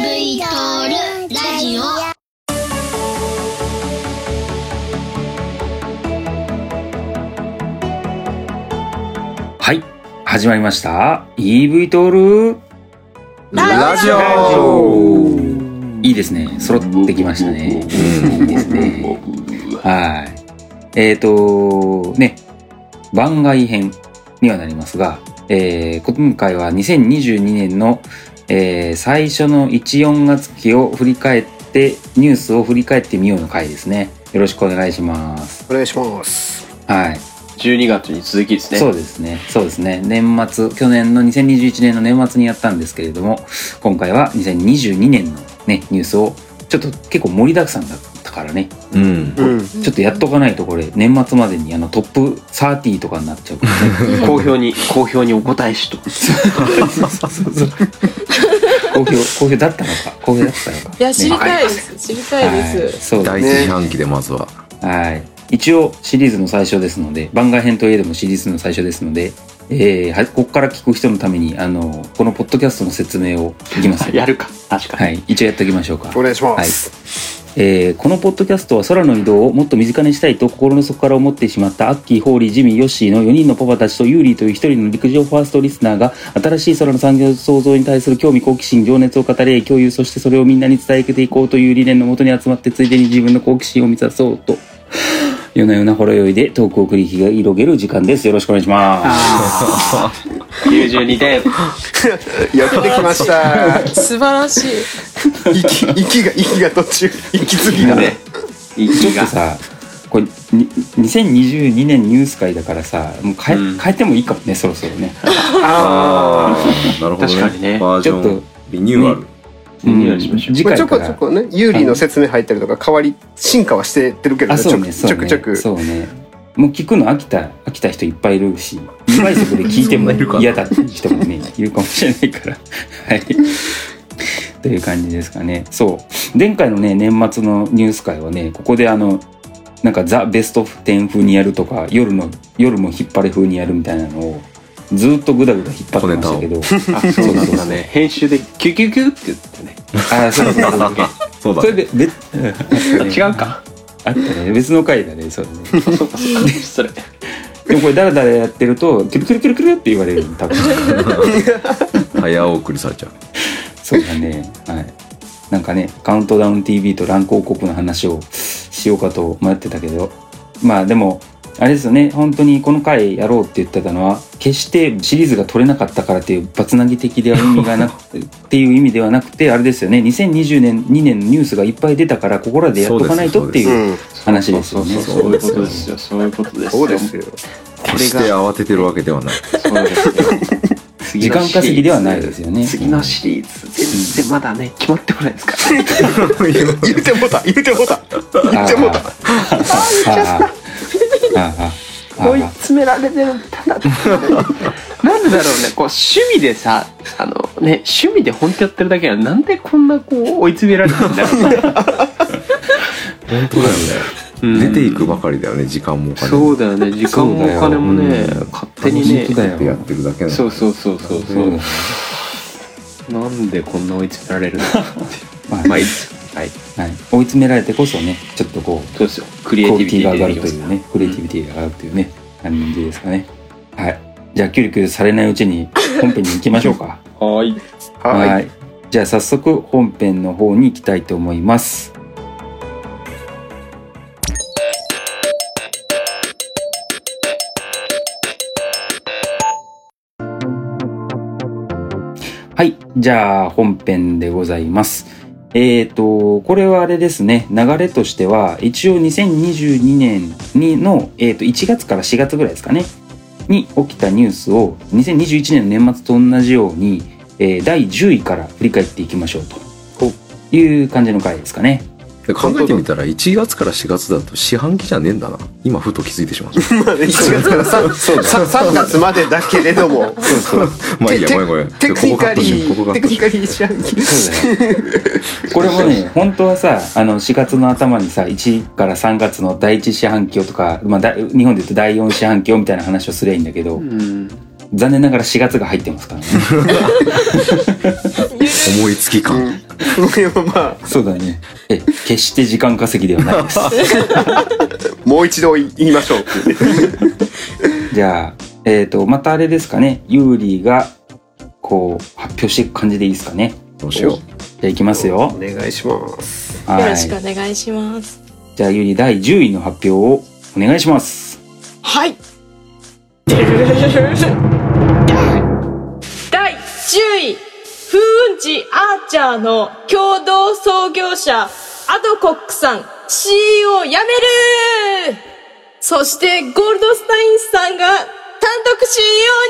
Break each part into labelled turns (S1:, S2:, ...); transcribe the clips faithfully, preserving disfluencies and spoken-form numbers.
S1: イーブイ トールラジオ。
S2: はい、始まりました イーブイ トール
S3: ラジオ。
S2: いいですね、揃ってきましたね。いいですね。はい。えーとね、番外編にはなりますが、えー、今回はにせんにじゅうにねんの、えー、最初のいち、よんがつきを振り返ってニュースを振り返ってみようの回ですね。よろしくお願いします。
S3: お願いします。
S2: はい。
S4: じゅうにがつに続きですね。
S2: そうですね。そうですね。年末、去年のにせんにじゅういちねんの年末にやったんですけれども、今回はにせんにじゅうにねんのね、ニュースをちょっと結構盛りだくさんだったからね。
S3: うん。うん、
S2: ちょっとやっとかないとこれ年末までにあのトップさんじゅうとかになっちゃうからね。
S4: 好評に好評にお答えしと。
S2: 好評好評だったのか好評だったのか。
S5: いや知りたいです、ね、知りたいです。はい、
S2: そう
S3: 第一四半期でまずは。
S2: はい。一応シリーズの最初ですので、番外編といえどもシリーズの最初ですので、えー、ここから聞く人のためにあのこのポッドキャストの説明をいきます。
S4: やるか、確かに。
S2: はい、一応やっておきましょうか。
S3: お願いします。
S2: はい。えー、このポッドキャストは空の移動をもっと身近にしたいと心の底から思ってしまったアッキー、ホーリー、ジミー、ヨッシーのよにんのパパたちとユーリーという一人の陸上ファーストリスナーが新しい空の産業創造に対する興味、好奇心、情熱を語り共有、そしてそれをみんなに伝えていこうという理念のもとに集まって、ついでに自分の好奇心を満たそうと夜な夜なほろ酔いでトークを繰り広げる時間です。よろしくお願いします。
S4: きゅうじゅうにてん
S3: やってきました。
S5: 素晴らしい。
S3: 息, 息が息が途中息継ぎがね。
S2: ちょっとさ、これにせんにじゅうにねんニュース会だからさ、もう変え、うん、変えてもいいかもね、そろそろね。
S3: あ
S4: あ、なるほどね。確かにね。
S3: バージョン
S2: ちょっと
S3: リニューアル。
S2: ね、リニューアルしましょう。次回から
S3: ちょこちょこね、有利の説明入ったりとか変わり進化はしてってるけどね、
S2: そうね、
S3: ちょくちょく。
S2: そうね。もう聞くの飽きた飽きた人いっぱいいるし、にばい速で聞いても嫌だっていう人もねいるかもしれないからはい。という感じですかね。そう。前回のね年末のニュース会はね、ここであのなんかザ・ベストじゅう風にやるとか、夜の夜も引っ張り風にやるみたいなのをずっとグダグダ引っ張ってましたけど、
S4: あ、そうなんだね。編集でキュキュキュって言ってね。
S2: あ、そうそうそうそうだ。それで別
S4: 違うか。
S2: あったね、別の回だね、それね。
S4: それ。
S2: でもこれダラダラやってるとキュルキュルキュルキュルって言われるの多分。
S3: 早送りされちゃう。
S2: そうだね。はい。なんかね、カウントダウン ティーブイ と乱広告の話をしようかと迷ってたけど、まあでもあれですよね、本当にこの回やろうって言ってたのは決してシリーズが取れなかったからっていうバツナギ的では意味がなくっていう意味ではなくて、あれですよね、にせんにじゅうねんにねんのニュースがいっぱい出たからここらでやっとかないとっていう話ですよね。
S4: そういうことですよ。そういうことですよ。
S3: そうですよ。決して慌ててるわけではない。そうですよ。
S2: 時間稼ぎではないですよね。
S4: 次のシリーズ全然まだね決まってこないですから。
S3: 言うてもた言うてもた言うてもた。
S4: 追い詰められてる。ただなんでだろうね、こう趣味でさ、あのね、趣味で本当やってるだけはなんでこんなこう追い詰められてるんだろうね。
S3: 本当だよね。出ていくばかりだよね、時間もお金も。
S4: そうだよね、時間もお金もね、勝手にね
S3: やってるだけなの。
S4: そうそうそうそうそう。なんでこんな追い詰められるのって。まあいいですよ。はい、
S2: はい、追い詰められてこそね、ちょっとこう、
S4: そうですよ、クリエイティビティ
S2: が上がるというね、クリエイティビティが上がるというね、感じですかね。はい、じゃあキュリキュリされないうちに本編に行きましょうか。
S4: はい
S2: はいはい。じゃあ早速本編の方に行きたいと思います。はい、じゃあ本編でございます。えーと、これはあれですね、流れとしては、一応にせんにじゅうにねんにの、えーと、いちがつからしがつぐらいですかね、に起きたニュースを、にせんにじゅういちねんの年末と同じように、えー、だいじゅういから振り返っていきましょうという感じの回ですかね。
S3: 考えてみたらいちがつからしがつだと四半期じゃねえんだな。今ふと気づいてしまった。いちがつから 3, さんがつまでだけれども、そうそうまあいいや、ごめんごめん。テクニカリーテクニカリー四半期。そうだね。
S2: これもね、本当はさ、あのしがつの頭にさ、いちからさんがつのだいいち四半期をとか、まあ、だ日本で言うとだいよん四半期をみたいな話をすりゃいいんだけど、うん、残念ながらしがつが入ってますからね。
S5: 許
S3: 思いつき感、うん、
S4: それはまあ
S2: そうだね。え決して時間稼ぎではないです
S4: もう一度言いましょう
S2: じゃあ、えーと、またあれですかね、ユーリがこう発表していく感じでいいですかね。
S3: どうしよう。
S2: じゃあいきますよ。
S4: お願いします。
S5: よろしくお願いします。
S2: じゃあユーリだいじゅういの発表をお願いします。
S5: はい。だいじゅうい、風雲児アーチャーの共同創業者アドコックさん シーイーオー 辞める。そしてゴールドスタインさんが単独 シ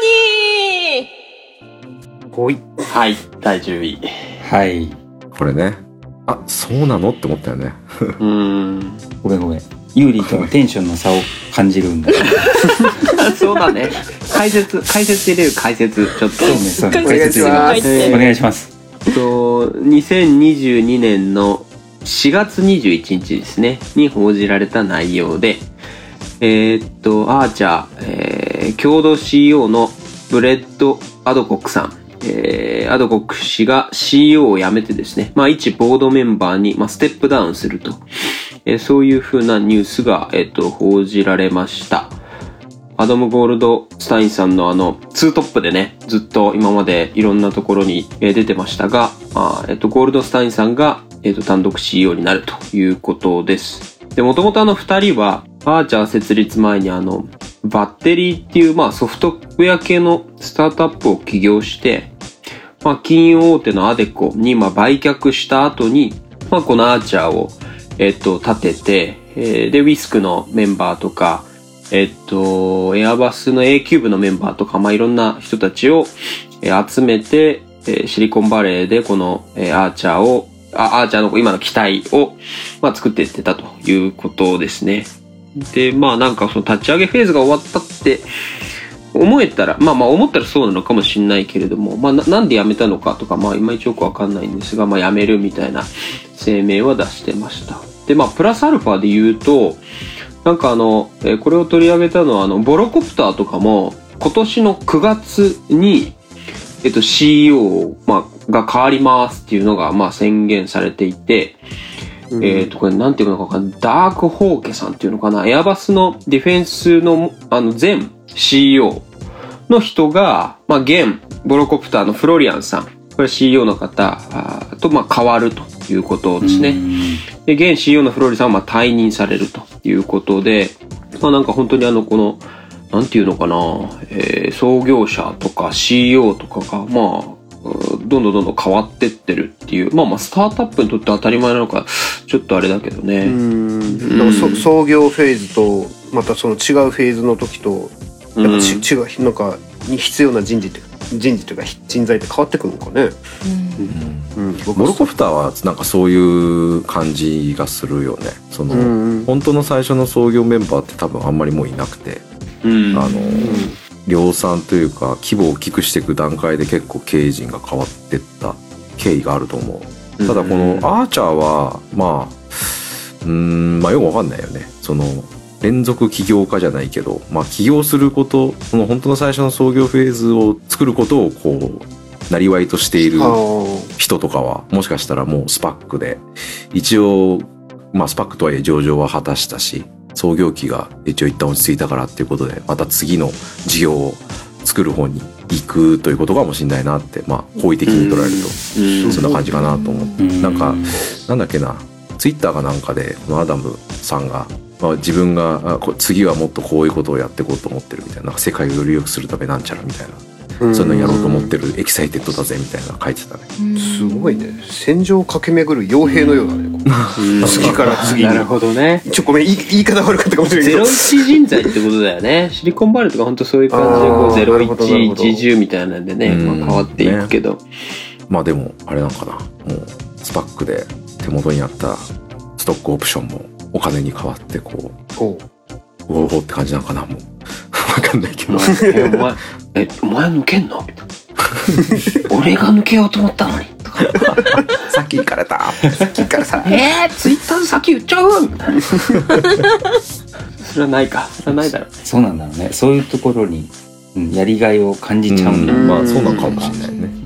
S5: ーイーオー に。
S4: ほい。はい、だいじゅうい。
S2: はい。
S3: これね、あ、そうなのって思ったよね。
S4: うーん。
S2: ごめんごめん。ユーリとのテンションの差を感じるんだ。
S4: そうだね。解説、解説入れる解説、ちょっと。
S2: そうね、そうね。
S5: 解説入れます。
S2: お願いします。
S4: と、にせんにじゅうにねんのしがつにじゅういちにちですね、に報じられた内容で、えー、っと、アーチャー、えー、共同 シーイーオー のブレッド・アドコックさん、えー、アドコック氏が シーイーオー を辞めてですね、まあ一ボードメンバーに、まあ、ステップダウンすると、えー、そういう風なニュースが、えー、っと報じられました。アダム・ゴールドスタインさんのあのツートップでね、ずっと今までいろんなところに出てましたが、あ、えー、っとゴールドスタインさんが、えー、っと単独 シーイーオー になるということです。で、もともとあの二人はアーチャー設立前にあのバッテリーっていう、まあ、ソフトウェア系のスタートアップを起業して、まあ、金融大手のアデコにまあ売却した後に、まあ、このアーチャーを、えっと、立てて、えー、で、ウィスクのメンバーとか、えっと、エアバスの A キューブのメンバーとか、まあ、いろんな人たちを集めて、シリコンバレーでこのアーチャーを、あアーチャーの今の機体を、まあ、作っていってたということですね。で、まあなんかその立ち上げフェーズが終わったって思えたら、まあまあ思ったらそうなのかもしれないけれども、まあ な, なんで辞めたのかとか、まあいまいちよくわかんないんですが、まあ辞めるみたいな声明は出してました。で、まあプラスアルファで言うと、なんかあの、えー、これを取り上げたのはあの、ボロコプターとかも今年のくがつに、えっと シーイーオー、まあ、が変わりますっていうのがまあ宣言されていて、うん、えっと、これなんていうのかわかんない。ダークホーケさんっていうのかな。エアバスのディフェンスの、あの、前 シーイーオー の人が、まあ、現、ボロコプターのフロリアンさん。これ シーイーオー の方と、まあ、変わるということですね。で、現 シーイーオー のフロリさんは、まあ、退任されるということで、まあ、なんか本当にあの、この、なんていうのかな、えー、創業者とか シーイーオー とかが、まあ、どんどんどんどん変わってってるっていう、まあまあスタートアップにとって当たり前なのかちょっとあれだけどね。う
S6: ん、なんか創業フェーズとまたその違うフェーズの時とやっぱち、うん、違うなんかに必要な人事って人事というか人材って変わってくるのかね。
S3: うんうん、ボルコプターはなんかそういう感じがするよね。その、うん、本当の最初の創業メンバーって多分あんまりもういなくて、うん、あの。うん量産というか規模を大きくしていく段階で結構経営陣が変わってった経緯があると思う。ただこのアーチャーはまあうーんまあよくわかんないよね。その連続起業家じゃないけど、まあ起業すること、その本当の最初の創業フェーズを作ることをこうなりわいとしている人とかはもしかしたらもうスパックで一応まあスパックとはいえ上場は果たしたし。創業期が一応一旦落ち着いたからっていうことでまた次の事業を作る方に行くということかもしれないなってまあ好意的に捉えるとそんな感じかなと思ってなんかなんだっけなツイッターかなんかでこのアダムさんが、まあ、自分が次はもっとこういうことをやっていこうと思ってるみたいな、なんか世界をより良くするためなんちゃらみたいなそういうのやろうと思ってるエキサイテッドだぜみたいな書いてたね。
S6: すごいね。戦場を駆け巡る傭兵のようだね。次から次に。
S4: なるほどね。
S6: ちょごめん言い、言い方悪かったかもしれないけど。
S4: ゼロイチ人材ってことだよね。シリコンバレーとか本当そういう感じでこうゼロイチ自重みたいなんでね、まあ、変わっていくけど、ね。
S3: まあでもあれなんかな。もうスパックで手元にあったストックオプションもお金に変わってこう。おうおーって感じなのかなもう。わかんないけど。
S4: え、お前、え、お前抜けんの俺が抜けようと思ったのに。
S3: さっき行かれた。
S6: さっきからさ。
S4: えー、ツイッターで先言っちゃうみたいな。それはないか。それはないだろう。
S2: そうなんだろうね。そういうところに、うん、やりがいを感じちゃうんだ、
S3: うん、まあそうなのかもしれないね。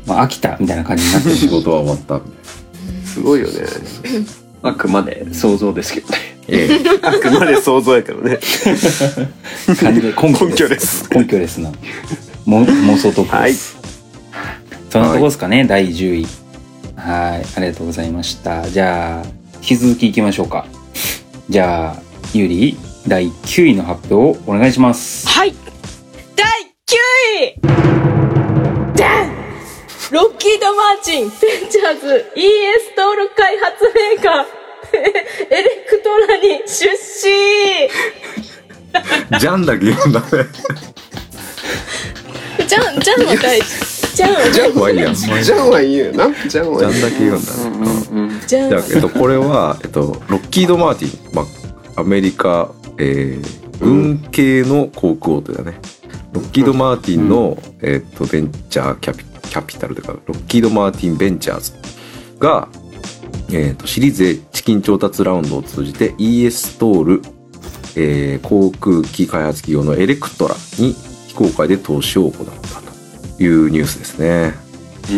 S2: まあ、飽きたみたいな感じになってる
S3: 仕事は終わったみたいな。
S6: すごいよね。
S4: あくまで想像ですけどね。
S3: ええ、
S6: あくまで想像やけどね。
S2: 感じで根拠
S6: 根拠です
S2: 根拠ですなも妄想トークです、はい、そのとこですかね、はい、だいじゅうい。はい、ありがとうございました。じゃあ引き続きいきましょうか。じゃあゆりだいきゅういの発表をお願いします。
S5: はい、だいきゅういダンロッキードマーチンベンチャーズ イーエス 登録開発メーカーエレクトラに出資。
S3: ジャンだけ言うんだね。
S5: ジャンジャンは大事。ジャンは
S3: ジャンはいいやん。ジ
S6: ャンはいいよな。ジャンはいい。
S3: ジャンだけ言うんだね。うんうん、
S5: じゃ
S3: あ、えっとこれはえっとロッキードマーティン、まあアメリカ、えー、軍系の航空大手だね。ロッキードマーティンの、うん、えっとベンチャーキャピキャピタルというかロッキードマーティンベンチャーズが、えー、とシリーズ A 資金調達ラウンドを通じて イーエス トール、えー、航空機開発企業のエレクトラに非公開で投資を行ったというニュースですね。
S4: うん、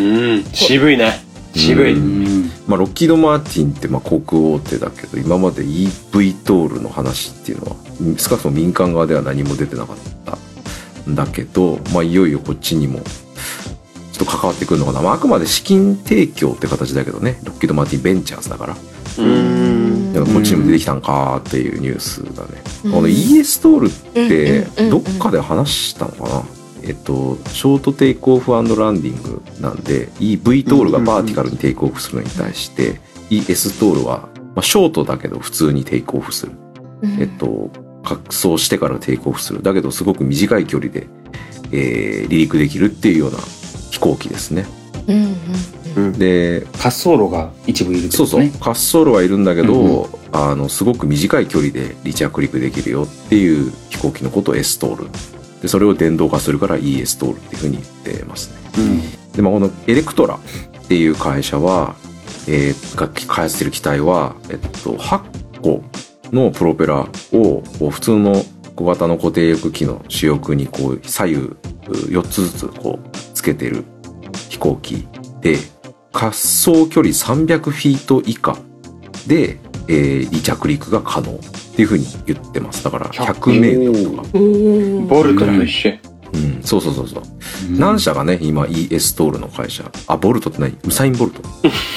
S4: 渋いね。渋い。
S3: まあ、ロッキードマーティンってまあ航空大手だけど、今まで イーブイ トールの話っていうのは少なくとも民間側では何も出てなかったんだけど、まあ、いよいよこっちにもちょっと関わってくるのかな。まあ、あくまで資金提供って形だけどね、ロッキードマーティンベンチャーズだから、うーん、だからこっちにも出てきたんかっていうニュースだね。この イーエス トールってどっかで話したのかな。えっとショートテイクオフ&ランディングなんで イーブイ トールがバーティカルにテイクオフするのに対して イーエス トールは、まあ、ショートだけど普通にテイクオフする、えっと滑走してからテイクオフするだけどすごく短い距離で、えー、離陸できるっていうような飛行機ですね。うんうん、で
S2: 滑走路が一部いるってことね。
S3: そうそう、滑走路はいるんだけど、うんうん、あのすごく短い距離で離着陸できるよっていう飛行機のことを S トールで、それを電動化するから イーエス トールっていうふうに言ってますね。うん、で、まあ、このエレクトラっていう会社は、えー、が開発してる機体は、えっと、はっこのプロペラをこう普通の小型の固定翼機の主翼にこう左右よっつずつこうつけてる飛行機で、滑走距離さんびゃくフィート以下で、えー、離着陸が可能っていうふうに言ってます。だからひゃくメートルとか
S4: ボルトと一緒。
S3: うん、そうそうそうそう、うん、何社がね今 イーエス トールの会社、あ、ボルトって何、ウサインボルト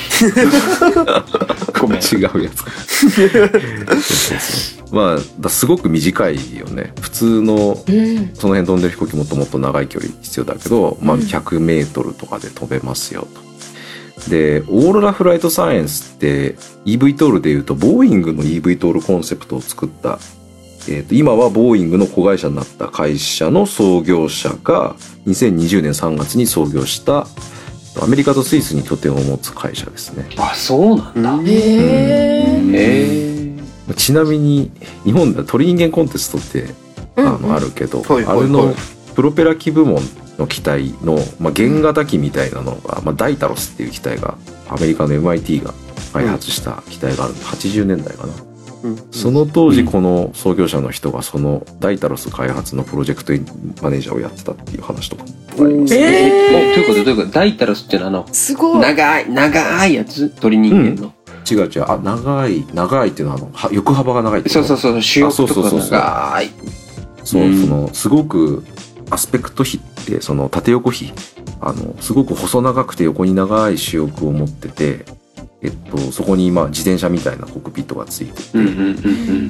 S3: ごめん違うやつそうそうそう、まあだすごく短いよね。普通の、うん、その辺飛んでる飛行機もっともっと長い距離必要だけど、まあ、ひゃくメートルとかで飛べますよと。でオーロラフライトサイエンスって イーブイ トールでいうとボーイングの イーブイ トールコンセプトを作った、えー、と今はボーイングの子会社になった会社の創業者がにせんにじゅうねんさんがつに創業したアメリカとスイスに拠点を持つ会社ですね。
S4: あ、そうなんだ。
S5: へー、
S4: うん、へ
S3: ーちなみに日本では鳥人間コンテストって、うん、あのあるけど、はいはいはい、あれのプロペラ機部門の機体の、まあ、原型機みたいなのが、まあ、ダイタロスっていう機体がアメリカの エムアイティー が開発した機体があるんで、はちじゅうねんだいかな、うん、その当時この創業者の人がそのダイタロス開発のプロジェクトマネージャーをやってたっていう話とかあります、ね。
S4: えー、ということどういうこと、ダイタロスってのはあの
S5: すごい
S4: 長い長いやつ、鳥人間の、
S3: うん、違う違う、あ、長い長いっていうのはあの横幅が長いってこと。
S4: そうそうそう、主翼とか長い、
S3: そう、うん、そのすごくアスペクト比ってその縦横比、あのすごく細長くて横に長い主翼を持ってて、えっと、そこにまあ自転車みたいなコックピットがついてて、うんうんうんうん、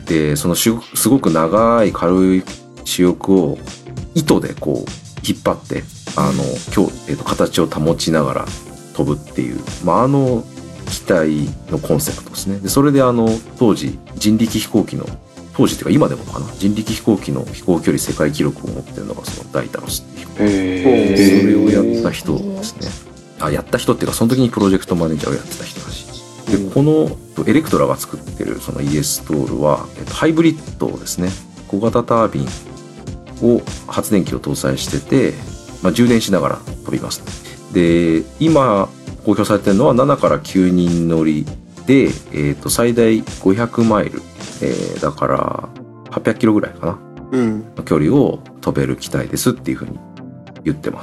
S3: でそのすごく長い軽い主翼を糸でこう引っ張ってあの今日、えっと、形を保ちながら飛ぶっていう、まあ、あの機体のコンセプトですね。でそれであの当時人力飛行機の当時っていうか今でもかな、人力飛行機の飛行距離世界記録を持ってるのがそのダイタロスっていう飛行機、へー、それをやった人ですね。あ、やった人っていうかその時にプロジェクトマネージャーをやってた人らしい。でこのエレクトラが作ってるその イーエス トールは、えっと、ハイブリッドですね。小型タービンを発電機を搭載してて、まあ、充電しながら飛びます。で今公表されてるのはななからきゅうにん乗りで、えー、と最大ごひゃくマイル、えー、だからはっぴゃくキロぐらいかな、うん、の距離を飛べる機体ですっていう風に言ってます。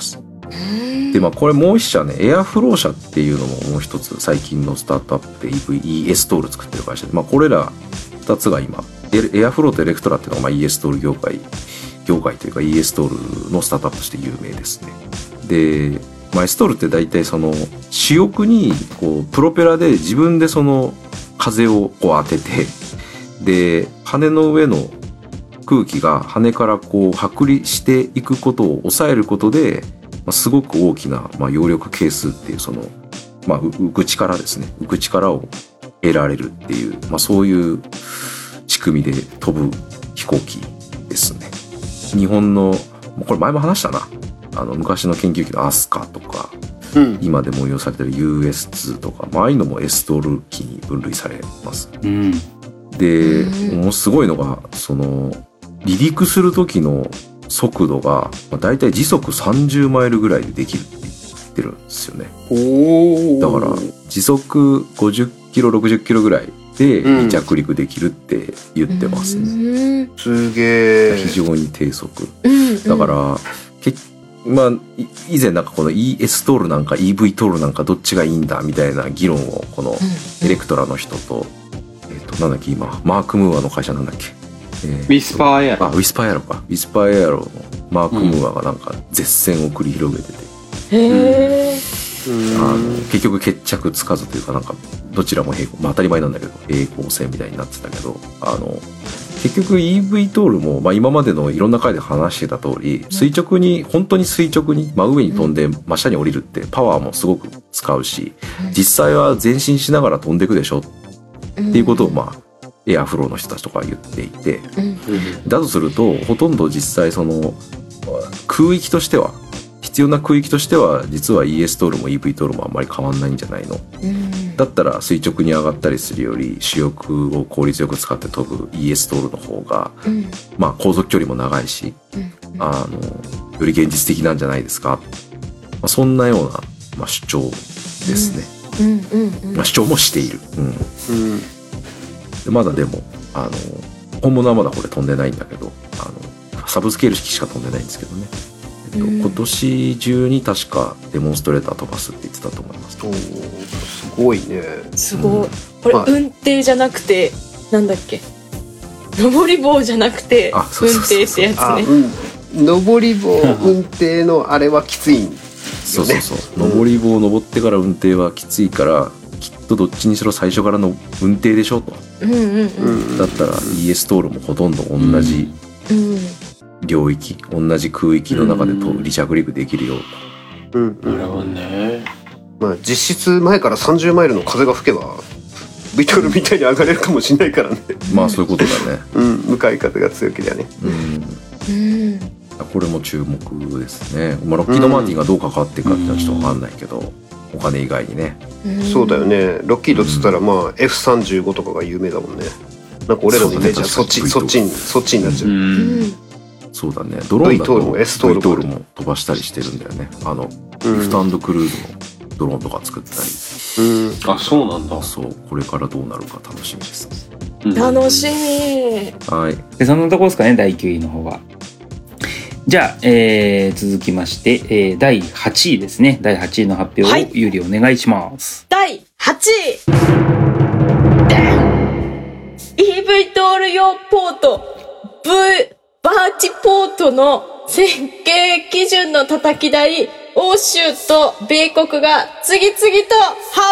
S3: でまあこれもう一社ね、エアフロー社っていうのももう一つ最近のスタートアップで イーブイ、イーエス トール作ってる会社で、まあこれらふたつが今エアフローとエレクトラっていうのがまあ イーエス トール業界業界というか イーエス トールのスタートアップとして有名ですね。で、まあ、エストールって大体その主翼にこうプロペラで自分でその風をこう当てて、で羽の上の空気が羽からこう剥離していくことを抑えることで、まあ、すごく大きな、まあ、揚力係数っていうその、まあ、浮く力ですね、浮く力を得られるっていう、まあ、そういう仕組みで飛ぶ飛行機ですね。日本のこれ前も話したな、あの昔の研究機のアスカとか、うん、今でも運用されてる ユーエスツー とか、まあ、ああいうのも エス トール機に分類されます、うん、で、もうすごいのがその離陸する時の速度がだいたい時速さんじゅうマイルぐらいでできるって言ってるんですよね。おだから時速ごじゅっキロろくじゅっキロぐらいで離着陸できるって言ってますね、
S6: うん、すげえ
S3: 非常に低速、うん、だからけまあ以前なんかこの イーエス トールなんか イーブイ トールなんかどっちがいいんだみたいな議論をこのエレクトラの人と、えっとなんだっけ今マーク・ムーアの会社なんだっけ、
S4: えー、ウィスパーエアロ
S3: あウィスパーエアロかウィスパーエアロのマーク・ムーアがなんか絶戦を繰り広げてて、うん、へーあの結局決着つかずというかなんかどちらも平行、まあ当たり前なんだけど平行線みたいになってたけど、あの結局 イーブイ トールも、まあ、今までのいろんな回で話してた通り垂直に本当に垂直に真上に飛んで真下に降りるってパワーもすごく使うし、実際は前進しながら飛んでいくでしょっていうことをまあエアフローの人たちとか言っていて、だとするとほとんど実際その空域としては必要な空域としては実は イーエス トールも イーブイ トールもあんまり変わんないんじゃないの、うん、だったら垂直に上がったりするより主翼を効率よく使って飛ぶ イーエス トールの方が、うん、まあ航続距離も長いし、うん、あのより現実的なんじゃないですか、まあ、そんなような、まあ、主張ですね、うんうんうんうん、まあ、主張もしている、うんうん、でまだでもあの本物はまだこれ飛んでないんだけどあのサブスケール式しか飛んでないんですけどね、えっと、今年中に確かデモンストレーター飛ばすって言ってたと思います。
S6: おすごいね。
S5: すごい、うん、これ、はい、運転じゃなくてなんだっけ上り棒じゃなくて運転ってやつね。
S6: うん、上り棒運転のあれはきついんよね。
S3: そうそうそう、上り棒登ってから運転はきついからきっとどっちにしろ最初からの運転でしょと、うんうんうん、だったら イーエス トールもほとんど同じ、うんうん領域同じ空域の中でと離着陸できるよ
S6: う、うんうん、なるほどね。まあ実質前からさんじゅうマイルの風が吹けばビトルみたいに上がれるかもしれないからね。
S3: まあそういうことだね。
S6: うん、向かい風が強ければね。
S3: うん。うん、これも注目ですね。まあロッキードマーティンがどう関わっていくかってのはちょっと分かんないけど、うん、お金以外にね。
S6: そうだよね。ロッキードっつったらまあ エフさんじゅうご とかが有名だもんね。なんか俺らのイメージはそっちそっちにそっちになっちゃう。うん
S3: そうだね、ドローンだと ブイ トールも飛ばしたりしてるんだよね。あの、うん、リフト&クルーズのドローンとか作ったり、
S4: うん、あ、そうなんだ。
S3: そう、これからどうなるか楽しみです、
S5: うん、楽しみ。
S2: はい。でそんなところですかね、だいきゅういの方は。じゃあ、えー、続きまして、えー、だいはちいですね。だいはちいの発表を、はい、ゆうりお願いします。
S5: だいはちい イーブイ トール用ポート Vバーチポートの設計基準の叩き台、欧州と米国が次々と発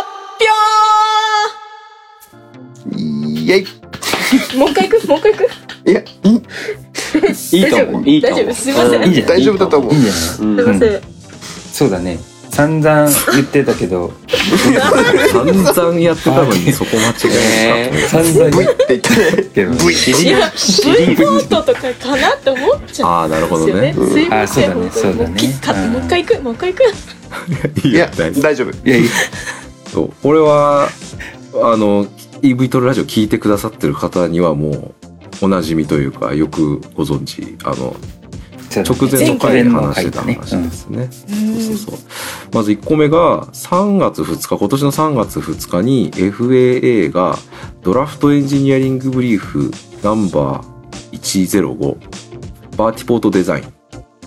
S6: 表。イエイ。
S5: もう一回行くもう一回行く
S6: いや、いい。
S4: いいと思う。いいと思う。
S5: 大丈夫、すいません。
S6: いい大丈夫だと思う。
S2: いいんじゃない。すいません。そうだね。散々言ってたけど
S3: 散々やってたのにそこ間違えなかった。
S2: 散々
S6: V って言って
S2: けど
S5: V いや V ポートとかかなって思っちゃう。
S3: ああなるほどね。
S5: すいません。
S2: そうだねそうだね。
S5: もう一回行くもう一回行く。
S6: いや大丈夫。
S3: いやいやそうこれはあの イーブイ トールラジオ聞いてくださってる方にはもうおなじみというかよくご存知あの。直前の回で話してた話ですね。そうそうそう。まずいっこめがさんがつふつか、今年のさんがつふつかに エフエーエー がドラフトエンジニアリングブリーフナンバーいちぜろごバーティポートデザインっ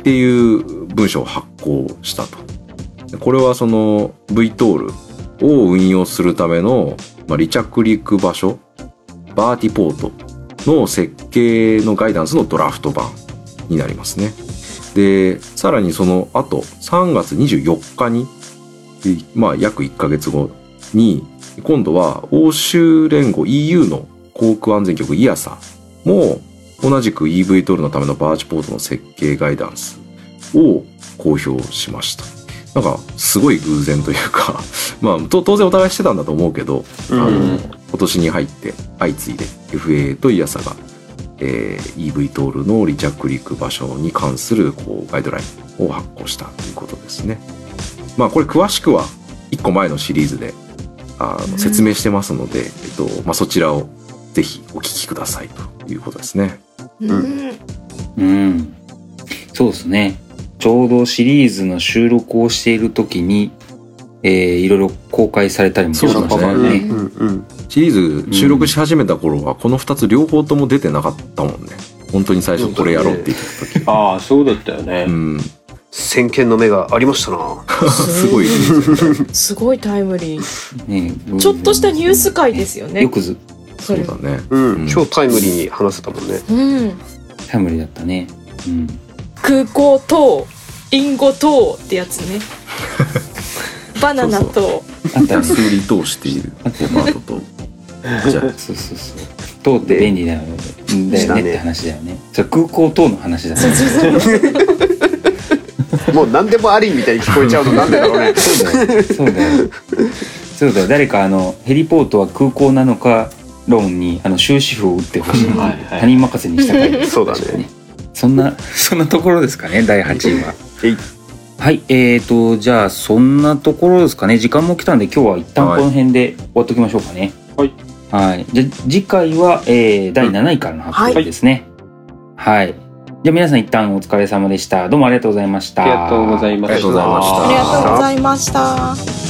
S3: っていう文書を発行したと。これはその ブイ トールを運用するための、まあ、離着陸場所、バーティポートの設計のガイダンスのドラフト版になりますね。で、さらにその後、さんがつにじゅうよっかに、まあ約いっかげつごに、今度は欧州連合 イーユー の航空安全局 イーエーエスエー も同じく イーブイ トールのためのバーチポートの設計ガイダンスを公表しました。なんかすごい偶然というかまあ当然お互いしてたんだと思うけど、うん、あの今年に入って相次いで エフエーエー と イーエーエスエー が、えー、イーブイ トールの離着陸場所に関するこうガイドラインを発行したということですね。まあこれ詳しくはいっこまえのシリーズであの説明してますので、うん、えっとまあ、そちらをぜひお聞きくださいということですね。
S5: うん、
S2: うん、そうですね。ちょうどシリーズの収録をしている時に、えー、いろいろ公開されたりもしましたよね。
S3: うんうん、シリーズ収録し始めた頃はこのふたつ両方とも出てなかったもんね。本当に最初これやろうって言ってた時。
S4: ああ、そうだったよね。
S3: うん、
S6: 先見の目がありましたな。
S3: すごい
S5: すごいタイムリー、
S2: ね、
S5: ちょっとしたニュース回ですよね。
S2: よくず
S3: そうだね、
S6: うんうん、超タイムリーに話せたもんね。
S5: うん、
S2: タイムリーだったね。うん、
S5: 空港とリンゴとってやつね。バナナと
S3: あったら数理通しているトマトと
S2: じゃあそうそうそう糖って便利だよねって話だよね。それ空港等の話だね。
S6: もう何でもありみたいに聞こえちゃうのなんでだろうね。
S2: そうだよそうだよそうだよ。誰かあのヘリポートは空港なのか論にあの終止符を打ってほしい。はい、はい、他人任せにした回です。
S6: そうだね。
S2: そんなそんなところですかね。だいはちいは。はい、えーとじゃあそんなところですかね。時間も来たんで今日は一旦この辺で終わっときましょうかね。
S4: はい。
S2: はい。じゃ次回は、えー、だいなないからの発表ですね。はい。はい、じゃあ皆さん一旦お疲れ様でした。どうもありがとうございました。
S4: ありがとうございました。
S5: ありがとうございました。